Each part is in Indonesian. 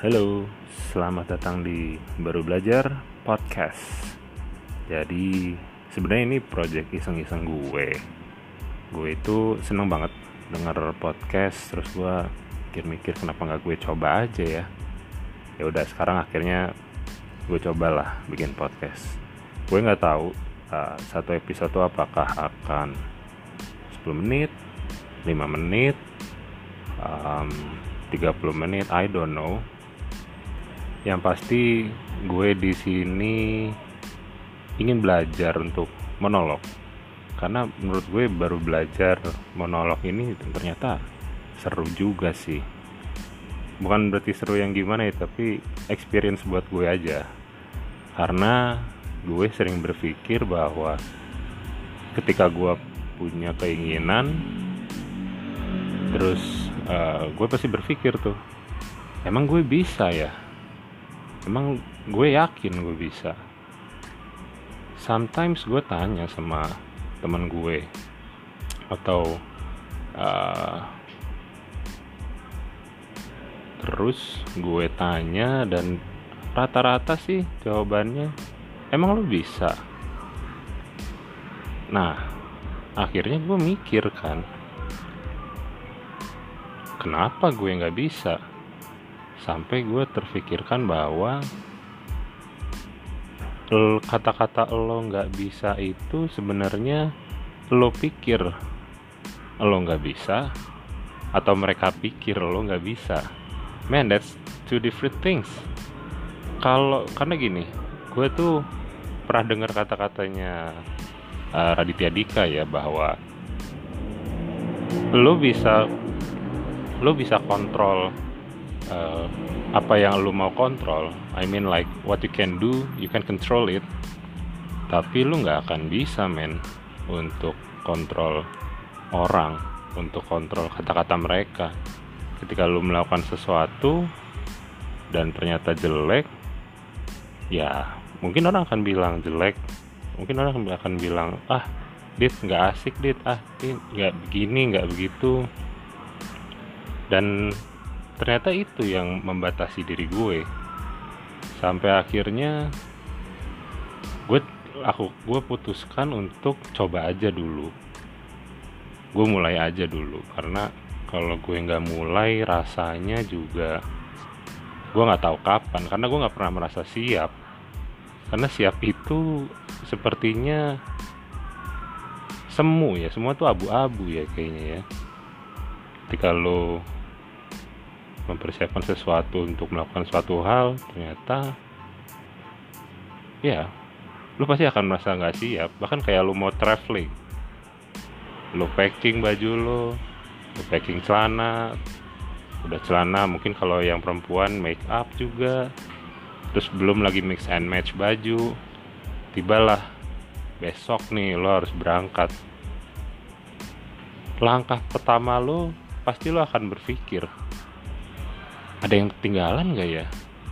Halo, selamat datang di Baru Belajar Podcast. Jadi sebenarnya ini project iseng-iseng gue. Gue itu seneng banget denger podcast, terus gue mikir-mikir kenapa nggak gue coba aja ya. Ya udah sekarang akhirnya gue cobalah bikin podcast. Gue nggak tahu satu episode itu apakah akan 10 menit, 5 menit, 30 menit, I don't know. Yang pasti gue di sini ingin belajar untuk monolog. Karena menurut gue baru belajar monolog ini ternyata seru juga sih. Bukan berarti seru yang gimana ya, tapi experience buat gue aja. Karena gue sering berpikir bahwa ketika gue punya keinginan, terus gue pasti berpikir tuh, emang gue bisa ya? Emang gue yakin gue bisa. Sometimes gue tanya sama teman gue, atau terus gue tanya, dan rata-rata sih jawabannya, emang lo bisa? Nah, akhirnya gue mikir kan, kenapa gue gak bisa? Sampai gue terfikirkan bahwa kata-kata lo gak bisa itu sebenarnya lo pikir lo gak bisa, atau mereka pikir lo gak bisa. Man, that's two different things. Karena gini, gue tuh pernah dengar kata-katanya Raditya Dika ya, bahwa lo bisa kontrol apa yang lu mau kontrol. I mean like what you can do, you can control it. Tapi lu gak akan bisa untuk kontrol orang, untuk kontrol kata-kata mereka. Ketika lu melakukan sesuatu dan ternyata jelek, ya mungkin orang akan bilang jelek, mungkin orang akan bilang, Dit gak asik Dit, ini gak begini, gak begitu. Dan ternyata itu yang membatasi diri gue. Sampai akhirnya gue putuskan untuk coba aja dulu. Gue mulai aja dulu, karena kalau gue nggak mulai rasanya juga gue nggak tahu kapan. Karena gue nggak pernah merasa siap. Karena siap itu sepertinya semu ya, semua tuh abu-abu ya kayaknya ya. Ketika lo mempersiapkan sesuatu untuk melakukan suatu hal, ternyata ya lu pasti akan merasa gak siap. Bahkan kayak lu mau traveling, lu packing baju lu packing celana, udah celana, mungkin kalau yang perempuan make up juga, terus belum lagi mix and match baju. Tibalah besok nih lu harus berangkat. Langkah pertama lu pasti lu akan berpikir, ada yang ketinggalan gak ya?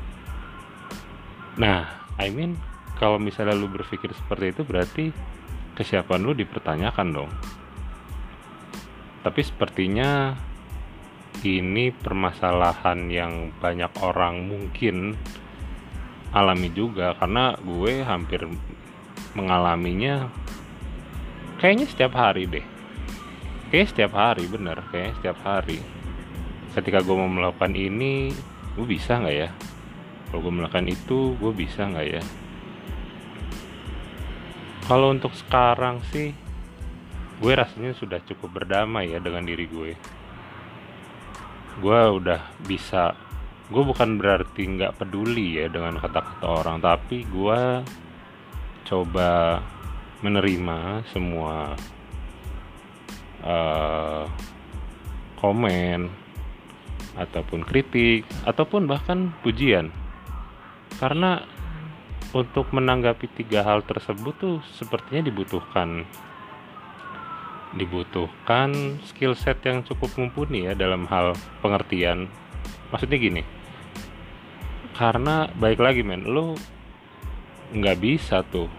Nah, I mean kalau misalnya lu berpikir seperti itu, berarti kesiapan lu dipertanyakan dong. Tapi sepertinya ini permasalahan yang banyak orang mungkin alami juga, karena gue hampir mengalaminya kayaknya setiap hari deh. Kayaknya setiap hari. Ketika gue mau melakukan ini, gue bisa gak ya? Kalau gue melakukan itu, gue bisa gak ya? Kalau untuk sekarang sih, gue rasanya sudah cukup berdamai ya dengan diri gue. Gue udah bisa. Gue bukan berarti gak peduli ya dengan kata-kata orang, tapi gue coba menerima semua komen, ataupun kritik, ataupun bahkan pujian. Karena untuk menanggapi 3 hal tersebut tuh sepertinya dibutuhkan skill set yang cukup mumpuni ya dalam hal pengertian. Maksudnya gini, karena baik lagi lo gak bisa tuh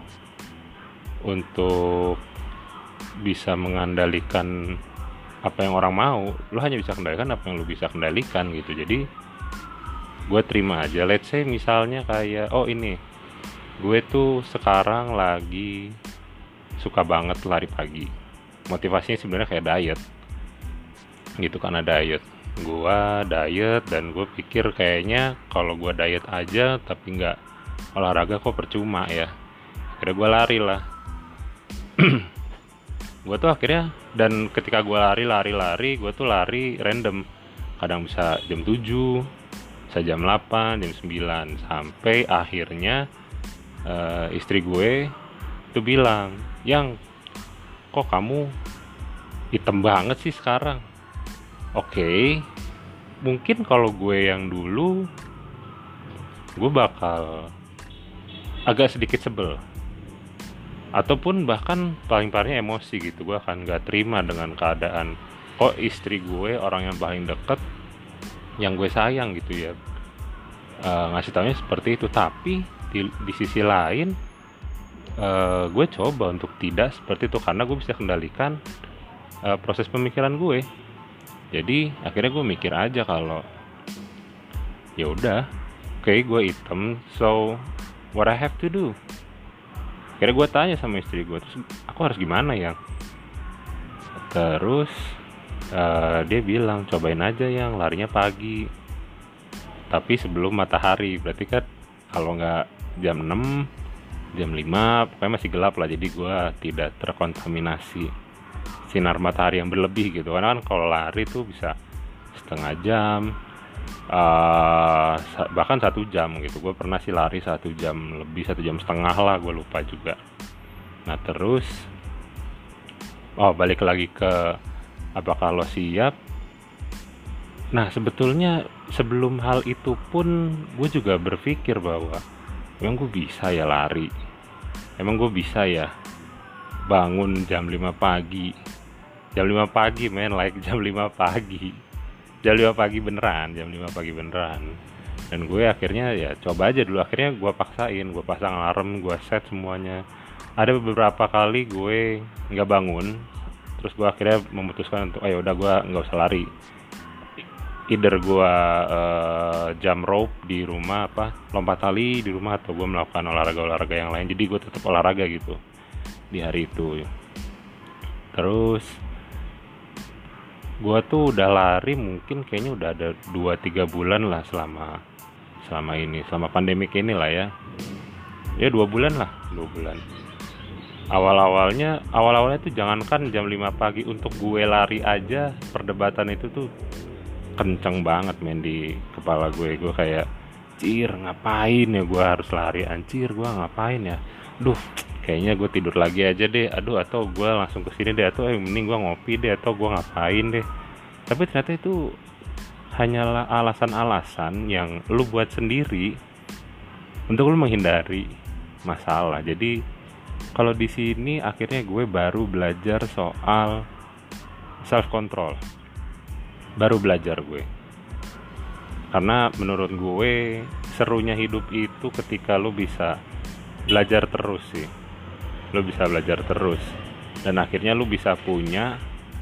untuk bisa mengandalkan apa yang orang mau. Lo hanya bisa kendalikan apa yang lo bisa kendalikan gitu. Jadi gue terima aja. Let's say misalnya kayak, oh ini, gue tuh sekarang lagi suka banget lari pagi. Motivasinya sebenarnya kayak diet gitu, karena diet. Gua diet dan gue pikir kayaknya kalau gue diet aja tapi nggak olahraga kok percuma ya. Akhirnya gue lari lah. Gue tuh akhirnya, dan ketika gue lari, gue tuh lari random. Kadang bisa jam 7, bisa jam 8, jam 9, sampai akhirnya istri gue tuh bilang, "Yang, kok kamu hitam banget sih sekarang?" Oke, mungkin kalau gue yang dulu, gue bakal agak sedikit sebel, ataupun bahkan paling parahnya emosi gitu. Gue akan gak terima dengan keadaan kok istri gue, orang yang paling deket, yang gue sayang gitu ya, ngasih taunya seperti itu. Tapi di sisi lain, gue coba untuk tidak seperti itu, karena gue bisa kendalikan proses pemikiran gue. Jadi akhirnya gue mikir aja kalau ya udah, oke, gue hitam, so what I have to do. Akhirnya gue tanya sama istri gue, terus aku harus gimana ya? Terus dia bilang, cobain aja yang larinya pagi, tapi sebelum matahari. Berarti kan kalau nggak jam 6, jam 5, pokoknya masih gelap lah, jadi gue tidak terkontaminasi sinar matahari yang berlebih gitu. Karena kan kalau lari tuh bisa setengah jam, bahkan 1 jam gitu. Gue pernah sih lari 1 jam lebih, 1 jam setengah lah, gue lupa juga. Nah terus, balik lagi ke apakah lo siap. Nah sebetulnya sebelum hal itu pun gue juga berpikir bahwa emang gue bisa ya lari, emang gue bisa ya bangun jam 5 pagi. Jam 5 pagi like jam 5 pagi. Jam 5 pagi beneran, jam 5 pagi beneran. Dan gue akhirnya ya coba aja dulu. Akhirnya gue paksain, gue pasang alarm, gue set semuanya. Ada beberapa kali gue nggak bangun, terus gue akhirnya memutuskan untuk ayo udah gue nggak usah lari. Either gue jump rope di rumah, lompat tali di rumah, atau gue melakukan olahraga yang lain. Jadi gue tetap olahraga gitu di hari itu. Terus gue tuh udah lari mungkin kayaknya udah ada 2-3 bulan lah selama pandemik ini lah ya. Ya 2 bulan lah, 2 bulan. Awalnya tuh jangankan jam 5 pagi, untuk gue lari aja perdebatan itu tuh kenceng banget men di kepala gue. Gue kayak, "Cir, ngapain ya gue harus lari, anjir, gue ngapain ya? Duh, kayaknya gue tidur lagi aja deh, atau gue langsung kesini deh, atau mending gue ngopi deh, atau gue ngapain deh." Tapi ternyata itu hanyalah alasan-alasan yang lu buat sendiri untuk lu menghindari masalah. Jadi kalau di sini akhirnya gue baru belajar soal self control, baru belajar gue. Karena menurut gue serunya hidup itu ketika lu bisa belajar terus sih. Lu bisa belajar terus, dan akhirnya lu bisa punya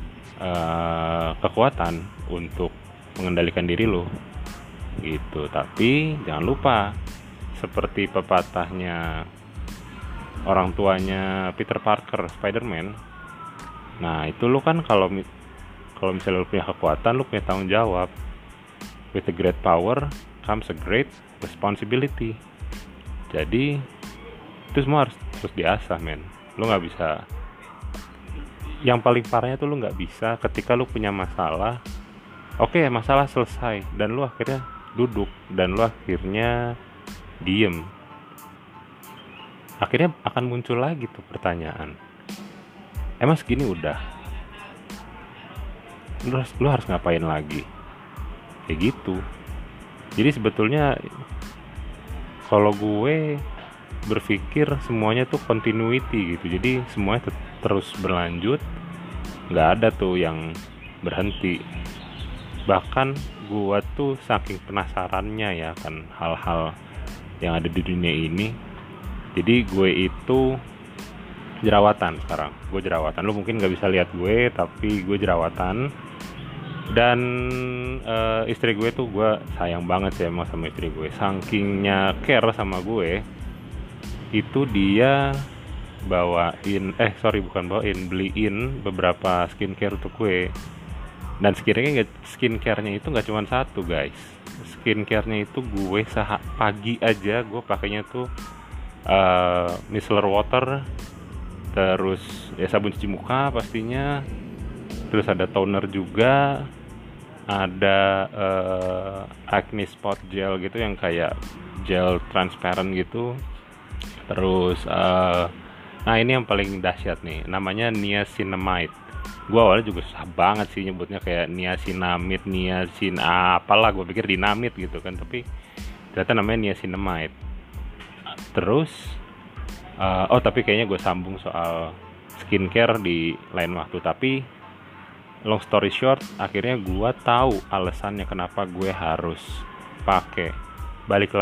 kekuatan untuk mengendalikan diri lu gitu. Tapi jangan lupa, seperti pepatahnya orang tuanya Peter Parker, Spider-Man. Nah itu lu kan kalau misalnya lu punya kekuatan, lu punya tanggung jawab. With a great power comes a great responsibility. Jadi itu semua harus terus diasah men. Lu nggak bisa, yang paling parahnya tuh lu nggak bisa ketika lu punya masalah. Oke, masalah selesai dan lu akhirnya duduk dan lu akhirnya diem. Akhirnya akan muncul lagi tuh pertanyaan, emang segini udah? Lu harus ngapain lagi? Kayak gitu. Jadi sebetulnya kalau gue berpikir semuanya tuh continuity gitu. Jadi semuanya terus berlanjut, nggak ada tuh yang berhenti. Bahkan gue tuh saking penasarannya ya kan hal-hal yang ada di dunia ini. Jadi gue itu jerawatan sekarang. Gue jerawatan. Lu mungkin nggak bisa lihat gue, tapi gue jerawatan. Dan istri gue tuh, gue sayang banget sih emang sama istri gue, sakingnya care sama gue, itu dia beliin beberapa skincare untuk gue. Dan skincare-nya itu nggak cuma satu guys, skincare-nya itu gue pagi aja gue pakainya tuh micellar water, terus ya sabun cuci muka pastinya, terus ada toner juga, ada acne spot gel gitu yang kayak gel transparent gitu, terus nah ini yang paling dahsyat nih, namanya niacinamide. Gue awalnya juga susah banget sih nyebutnya, kayak niacinamide, apalah, gue pikir dinamit gitu kan, tapi ternyata namanya niacinamide. Terus tapi kayaknya gue sambung soal skincare di lain waktu. Tapi long story short, akhirnya gue tahu alasannya kenapa gue harus pakai. Balik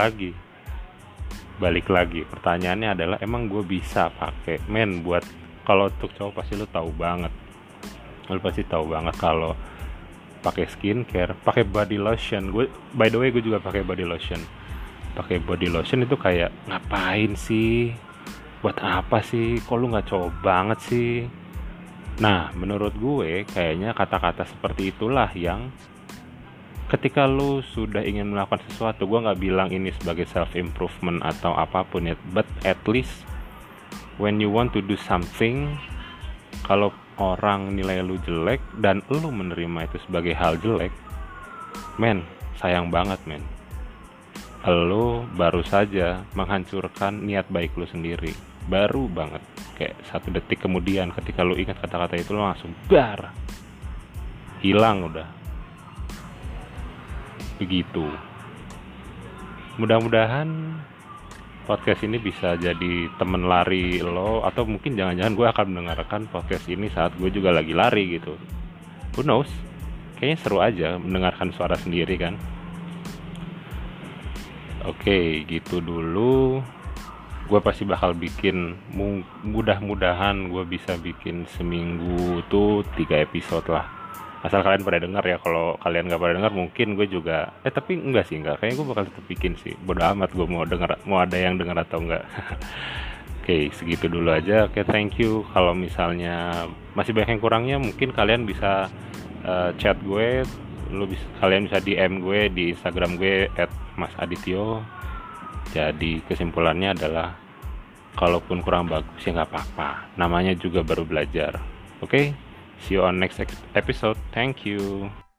lagi pertanyaannya adalah, emang gue bisa pakai? Men, buat kalau untuk cowok pasti lu pasti tahu banget kalau pakai skincare, pakai body lotion. Gue by the way gue juga pakai body lotion. Pakai body lotion itu kayak ngapain sih? Buat apa sih? Kok lu nggak cowok banget sih? Nah, menurut gue kayaknya kata-kata seperti itulah yang ketika lu sudah ingin melakukan sesuatu, gue nggak bilang ini sebagai self improvement atau apapun ya, but at least when you want to do something, kalau orang nilai lu jelek dan lu menerima itu sebagai hal jelek, men, sayang banget men. Lu baru saja menghancurkan niat baik lu sendiri, baru banget. Kayak 1 detik kemudian ketika lu ingat kata-kata itu, lu langsung hilang udah. Begitu. Mudah-mudahan podcast ini bisa jadi temen lari lo, atau mungkin jangan-jangan gue akan mendengarkan podcast ini saat gue juga lagi lari gitu. Who knows? Kayaknya seru aja mendengarkan suara sendiri kan. Oke, gitu dulu. Gue pasti bakal bikin, mudah-mudahan gue bisa bikin seminggu tuh 3 episode lah. Asal kalian pada dengar ya. Kalau kalian nggak pada dengar, mungkin gue juga tapi enggak, kayaknya gue bakal tetap bikin sih. Bodo amat gue mau ada yang dengar atau enggak. Oke, segitu dulu aja. Oke, thank you. Kalau misalnya masih banyak yang kurangnya, mungkin kalian bisa chat gue. Kalian bisa DM gue di Instagram gue @masadityo. Jadi kesimpulannya adalah, kalaupun kurang bagus ya nggak apa-apa, namanya juga baru belajar. Oke? See you on next episode. Thank you.